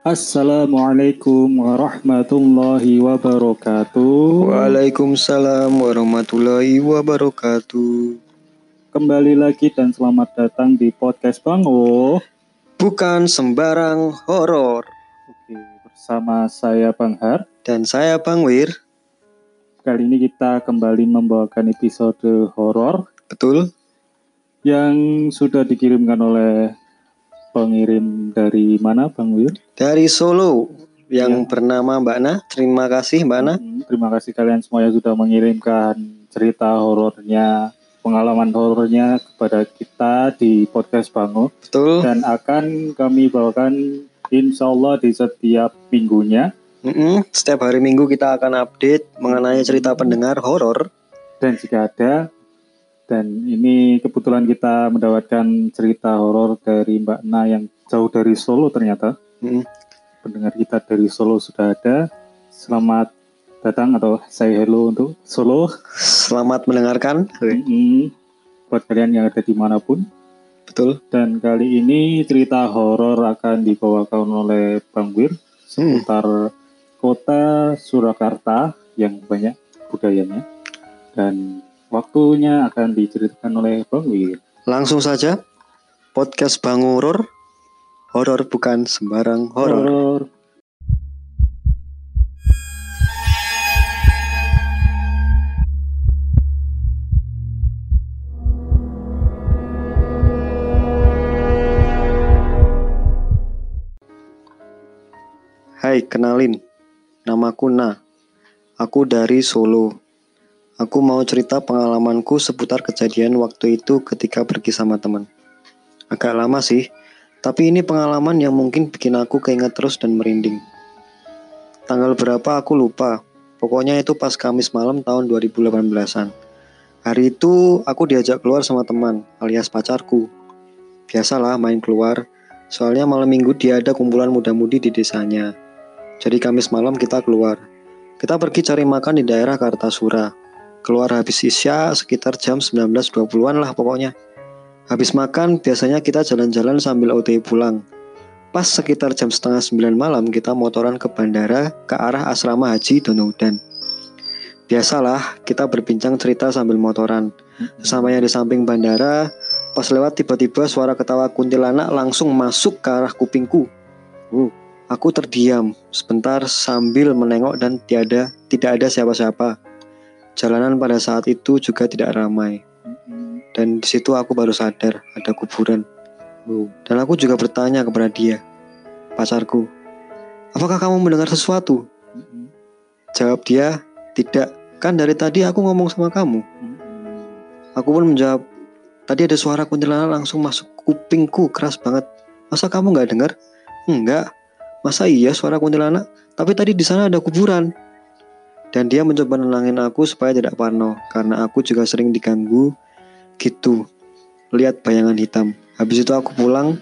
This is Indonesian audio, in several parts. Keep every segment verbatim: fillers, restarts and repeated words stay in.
Assalamualaikum warahmatullahi wabarakatuh. Waalaikumsalam warahmatullahi wabarakatuh. Kembali lagi dan selamat datang di podcast Bango. Bukan sembarang horor. Oke, bersama saya Bang Har dan saya Bang Wir. Kali ini kita kembali membawakan episode horor. Betul. Yang sudah dikirimkan oleh pengirim dari mana, Bang Wir? Dari Solo, yang ya. bernama Mbak Na. Terima kasih Mbak Na. Hmm, terima kasih kalian semua yang sudah mengirimkan cerita horornya, pengalaman horornya kepada kita di podcast Bango. Betul. Dan akan kami bawakan insya Allah di setiap minggunya. Mm-mm. Setiap hari Minggu kita akan update mengenai cerita pendengar horor. Dan jika ada, dan ini kebetulan kita mendapatkan cerita horor dari Mbak Na yang jauh dari Solo ternyata. Mm-hmm. Pendengar kita dari Solo sudah ada. Selamat datang atau say hello untuk Solo. Selamat mendengarkan. Mm-hmm. Buat kalian yang ada dimanapun. Betul. Dan kali ini cerita horor akan dibawakan oleh Bang Wir seputar hmm. kota Surakarta yang banyak budayanya. Dan waktunya akan diceritakan oleh Bang Wir. Langsung saja, podcast Bang Horor. Horor bukan sembarang horor. Hai, kenalin. Namaku Na. Aku dari Solo. Aku mau cerita pengalamanku seputar kejadian waktu itu ketika pergi sama teman. Agak lama sih, tapi ini pengalaman yang mungkin bikin aku keinget terus dan merinding. Tanggal berapa aku lupa, pokoknya itu pas Kamis malam tahun dua ribu delapan belasan. Hari itu aku diajak keluar sama teman, alias pacarku. Biasalah main keluar, soalnya malam minggu dia ada kumpulan muda-mudi di desanya. Jadi Kamis malam kita keluar. Kita pergi cari makan di daerah Kartasura. Keluar habis isya sekitar jam sembilan belas dua puluhan lah pokoknya. Habis makan biasanya kita jalan-jalan sambil O T W pulang. Pas sekitar jam setengah sembilan malam kita motoran ke bandara ke arah asrama haji Donoudan. Biasalah kita berbincang cerita sambil motoran. Sesamanya di samping bandara, pas lewat tiba-tiba suara ketawa kuntilanak langsung masuk ke arah kupingku. Uh, aku terdiam sebentar sambil menengok dan tiada tidak ada siapa-siapa. Jalanan pada saat itu juga tidak ramai. Dan di situ aku baru sadar ada kuburan. Dan aku juga bertanya kepada dia, pacarku, apakah kamu mendengar sesuatu? Jawab dia, tidak. Kan dari tadi aku ngomong sama kamu. Aku pun menjawab, tadi ada suara kuntilanak langsung masuk kupingku keras banget. Masa kamu nggak dengar? Enggak. Masa iya suara kuntilanak? Tapi tadi di sana ada kuburan. Dan dia mencoba nenangin aku supaya tidak parno, karena aku juga sering diganggu gitu, lihat bayangan hitam. Habis itu aku pulang,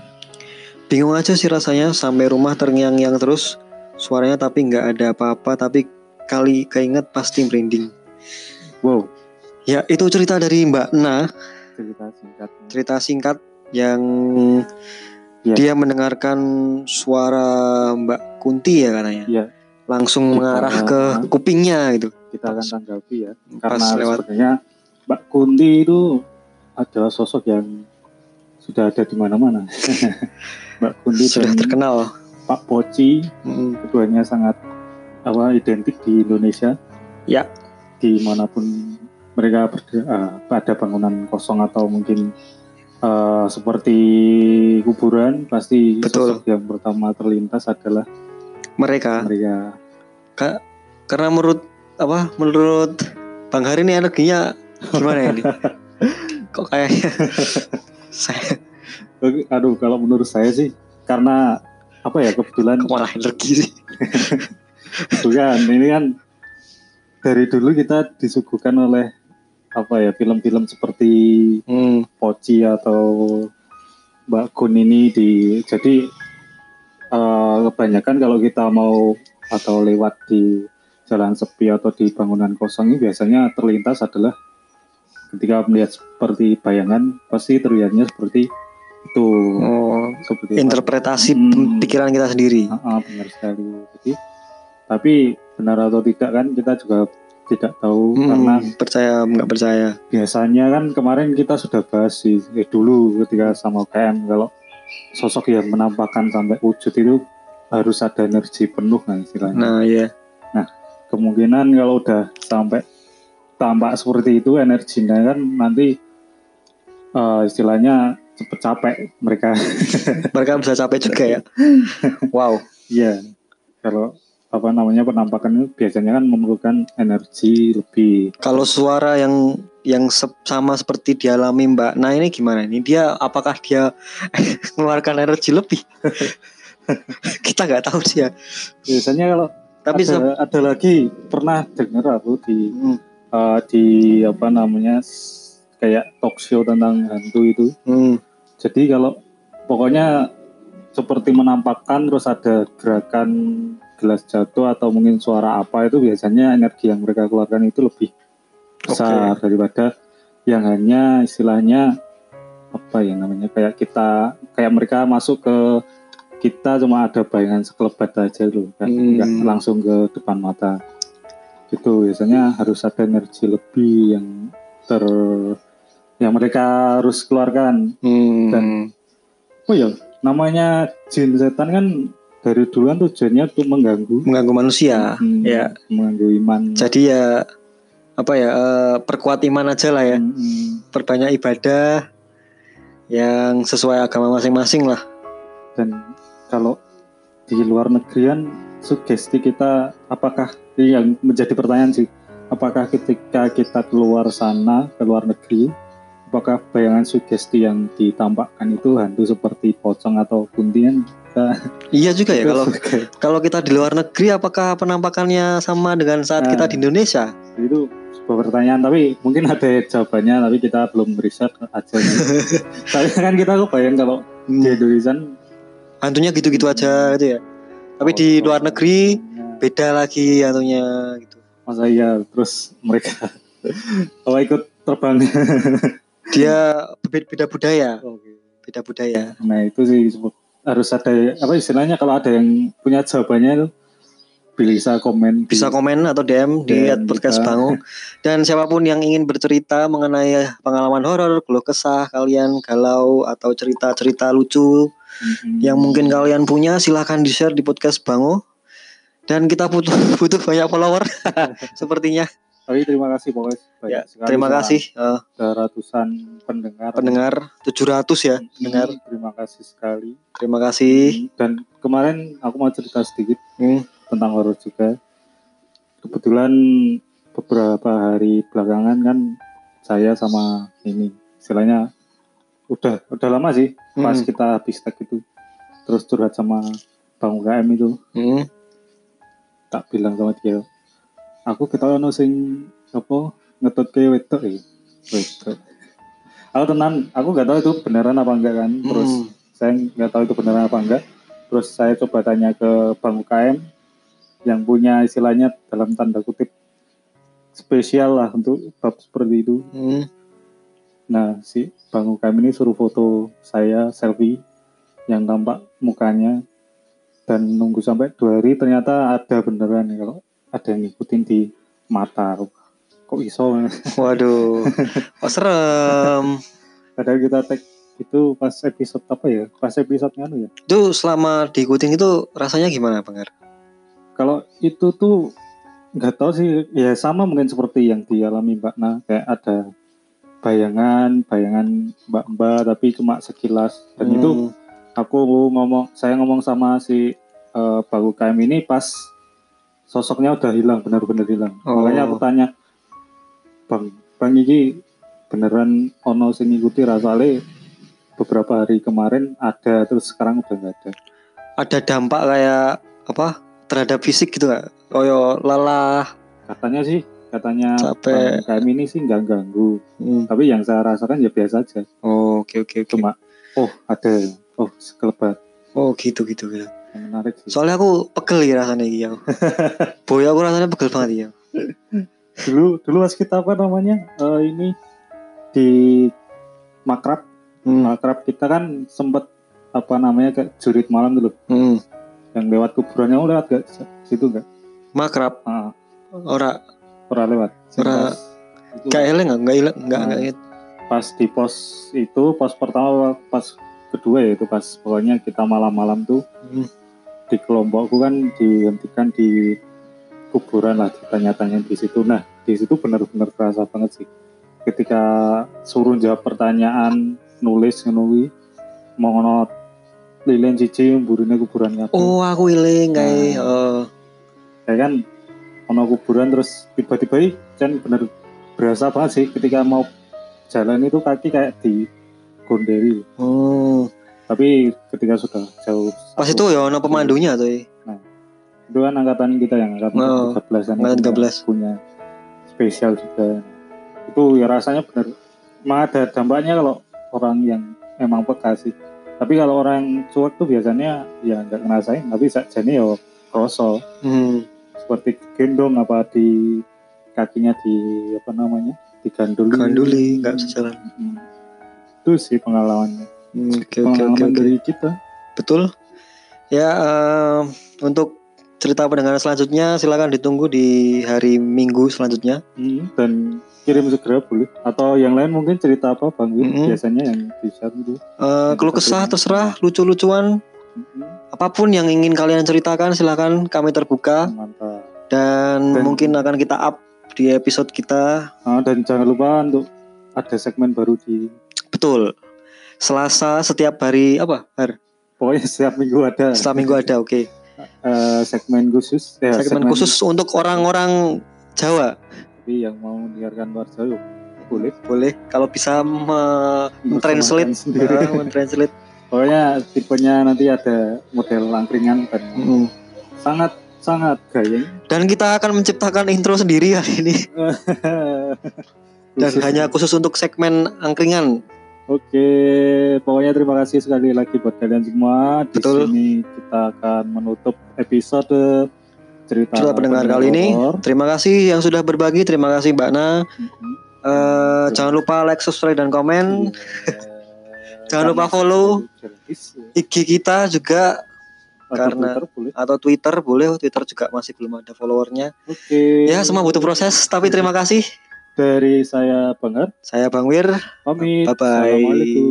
bingung aja sih rasanya. Sampai rumah terngiang-ngiang terus suaranya, tapi gak ada apa-apa. Tapi kali keinget pasti merinding. Wow. Ya itu cerita dari Mbak Na. Cerita singkat Cerita singkat yang ya. Dia mendengarkan suara Mbak Kunti ya katanya ya. Langsung kita, mengarah ke uh, kupingnya gitu. Kita akan tanggapi ya. Karena sebenarnya Mbak Kunti itu adalah sosok yang sudah ada di mana-mana. Mbak Kunti sudah terkenal. Pak Poci, hmm. keduanya sangat apa identik di Indonesia. Ya. Dimanapun mereka berada, uh, ada bangunan kosong atau mungkin uh, seperti kuburan, pasti betul. Sosok yang pertama terlintas adalah mereka. Mereka. Ka- karena menurut apa? Menurut Bang Hari ini energinya gimana ini? Kok kayaknya saya aduh kalau menurut saya sih karena apa ya kebetulan malah energi sih. Bukan, ini kan dari dulu kita disuguhkan oleh apa ya film-film seperti hmm. Poci atau Mbak Kun ini di jadi uh, kebanyakan kalau kita mau atau lewat di jalan sepi atau di bangunan kosong ini biasanya terlintas adalah ketika melihat seperti bayangan pasti terlihatnya seperti Itu oh, seperti interpretasi hmm, pikiran kita sendiri. Uh, uh, benar sekali. Jadi tapi benar atau tidak kan kita juga tidak tahu hmm, karena percaya nggak percaya. Biasanya kan kemarin kita sudah bahas sih eh, dulu ketika sama K M kalau sosok yang menampakkan sampai wujud itu harus ada energi penuh kan istilahnya. Nah iya. Nah kemungkinan kalau udah sampai tampak seperti itu energinya kan nanti uh, istilahnya cepet capek mereka. Mereka bisa capek juga ya. Wow. Iya. Kalau apa namanya penampakan itu biasanya kan memerlukan energi lebih. Kalau suara yang yang sama seperti dialami Mbak Nah ini gimana? Ini dia apakah dia mengeluarkan energi lebih? Kita nggak tahu sih ya. Biasanya kalau tapi ada, se- ada lagi pernah dengar aku di hmm. uh, di apa namanya kayak talk show tentang hantu itu. Hmm. Jadi kalau pokoknya seperti menampakkan terus ada gerakan gelas jatuh atau mungkin suara apa itu biasanya energi yang mereka keluarkan itu lebih besar okay. daripada yang hanya istilahnya apa ya namanya kayak kita kayak mereka masuk ke kita cuma ada bayangan sekelebat aja loh kan hmm. nggak langsung ke depan mata gitu biasanya harus ada energi lebih yang ter yang mereka harus keluarkan hmm. dan oh ya namanya jin setan kan dari dulu kan tujuannya untuk mengganggu mengganggu manusia hmm, ya mengganggu iman jadi ya apa ya uh, perkuat iman aja lah ya hmm. perbanyak ibadah yang sesuai agama masing-masing lah dan kalau di luar negerian sugesti kita apakah yang menjadi pertanyaan sih apakah ketika kita keluar sana ke luar negeri apakah bayangan sugesti yang ditampakkan itu hantu seperti pocong atau kuntilan? Iya juga ya kalau kalau kita di luar negeri apakah penampakannya sama dengan saat nah, kita di Indonesia? Itu sebuah pertanyaan tapi mungkin ada jawabannya tapi kita belum riset aja. Soalnya kan kita kebayang kalau hmm. di Indonesia hantunya gitu-gitu aja gitu ya. Tapi oh, di luar negeri ya. Beda lagi hantunya gitu. Masa iya terus mereka kalau ikut terbang dia beda budaya, okay. beda budaya. Nah itu sih harus ada apa istilahnya kalau ada yang punya jawabannya itu bisa komen, bisa di, komen atau D M di podcast Bango. Dan siapapun yang ingin bercerita mengenai pengalaman horor, keluh kesah kalian, galau atau cerita-cerita lucu mm-hmm. yang mungkin kalian punya, silahkan di share di podcast Bango. Dan kita butuh butuh banyak follower sepertinya. Tapi terima kasih pokoknya banyak ya, sekali. Terima kasih. Uh, ratusan pendengar. Pendengar tujuh ratus ya hmm, pendengar. Terima kasih sekali. Terima kasih. Dan kemarin aku mau cerita sedikit hmm. tentang horor juga. Kebetulan beberapa hari belakangan kan saya sama ini istilahnya udah udah lama sih hmm. pas kita habis tag itu terus curhat sama Bang U K M itu. Hmm. Tak bilang sama dia. Aku ketahuan sing apa ngetutke wedok ya. Wedok. Aku tenang, aku nggak tahu itu beneran apa enggak kan. Terus hmm. saya nggak tahu itu beneran apa enggak. Terus saya coba tanya ke Bang U K M yang punya istilahnya dalam tanda kutip spesial lah untuk bab seperti itu. Hmm. Nah si Bang U K M ini suruh foto saya selfie yang tampak mukanya dan nunggu sampai dua hari ternyata ada beneran ya kalau ada yang ngikutin di mata. Kok iso? Waduh. Kok serem. Padahal kita tag itu pas episode apa ya? Pas episode nganu ya? Itu selama diikutin itu rasanya gimana, Bang? Kalau itu tuh nggak tahu sih. Ya sama mungkin seperti yang dialami Mbak Na. Kayak ada bayangan, bayangan mbak-mbak tapi cuma sekilas. Dan hmm. itu aku ngomong, saya ngomong sama si uh, Bang U K M ini pas sosoknya udah hilang, benar-benar hilang. Oh. Makanya aku tanya, Bang, Bang ini beneran ono sing ngikuti rasale beberapa hari kemarin ada terus sekarang udah nggak ada. Ada dampak kayak apa terhadap fisik gitu nggak? Koyo lelah. Katanya sih, katanya capek. Bang kami ini sih nggak ganggu. Hmm. Tapi yang saya rasakan ya biasa aja. Oh, oke okay, oke okay, okay. Cuma, oh ada, oh sekelebat. Oh gitu gitu gitu. Menarik sih. Soalnya aku pegel ya rasanya gitu. Boy aku rasanya pegel banget ya. dulu dulu pas kita apa namanya uh, ini di Makrab hmm. Makrab kita kan sempet apa namanya kayak jurit malam dulu. Hmm. Yang lewat kuburannya oh, lewat gak situ gak? Makrab. Ah. Ora ora lewat. Ora kayak hilang enggak? Enggak hilang, enggak enggak gitu. Pas di pos itu, pos pertama, pas kedua ya itu pas pokoknya kita malam-malam tuh hmm. di kelompokku kan dihentikan di kuburan lah, ditanya-tanya di situ. Nah di situ benar-benar terasa banget sih. Ketika suruh jawab pertanyaan, nulis ngenuwi, mau ngonot lilin cici burine kuburan kabeh. Oh aku iling kayak nah, oh. Kayak kan ono kuburan terus tiba-tiba kan bener berasa banget sih ketika mau jalan itu kaki kayak di gonderi. Oh. Tapi ketika sudah jauh. Pas itu ya ono pemandunya tuh. Nah, itu kan angkatan kita yang angkatan oh, tiga belas angkatan tiga belas punya spesial juga. Itu ya rasanya bener emang ada dampaknya kalau orang yang emang peka sih. Tapi kalau orang cuek tuh biasanya ya nggak ngerasain, tapi sakjane ya kroso. Hmm. Seperti gendong apa di kakinya di apa namanya diganduli. Ganduli nggak bisa jalan. Hmm. Itu sih pengalamannya. Hmm, okay, pengalaman okay, okay, dari okay. kita. Betul. Ya uh, untuk cerita pendengar selanjutnya silakan ditunggu di hari Minggu selanjutnya. Hmm, dan kirim segera boleh. Atau yang lain mungkin cerita apa Bang Win mm-hmm. biasanya yang bisa itu. Uh, kalau kesah terserah, lucu-lucuan. Mm-hmm. Apapun yang ingin kalian ceritakan silakan, kami terbuka. Mantap. Dan, dan mungkin akan kita up di episode kita. Uh, dan jangan lupa untuk ada segmen baru di betul. Selasa setiap hari apa? Har? Pokoknya setiap minggu ada. Setiap minggu ada, oke. Okay. Uh, segmen khusus. Ya, segmen, segmen khusus untuk orang-orang Jawa. Tapi yang mau mendengarkan luar Jawa boleh. Boleh. Kalau bisa men-translate, uh, men-translate. Pokoknya tipenya nanti ada model angkringan dan mm. sangat sangat gayeng. Dan kita akan menciptakan intro sendiri hari ini. Dan hanya khusus untuk segmen angkringan. Oke, pokoknya terima kasih sekali lagi buat kalian semua. Di Betul. sini kita akan menutup episode cerita, cerita pendengar kali ini. Terima kasih yang sudah berbagi. Terima kasih Mbak Na. Mm-hmm. Uh, jangan lupa like, subscribe dan komen. Yeah. Jangan lupa follow I G kita juga. Atau karena Twitter boleh. Atau Twitter boleh. Twitter juga masih belum ada followernya. Oke. Ya semua butuh proses. Tapi terima kasih. Dari saya Bang Har, saya Bang Wir. Pamit. Bye bye. Assalamualaikum.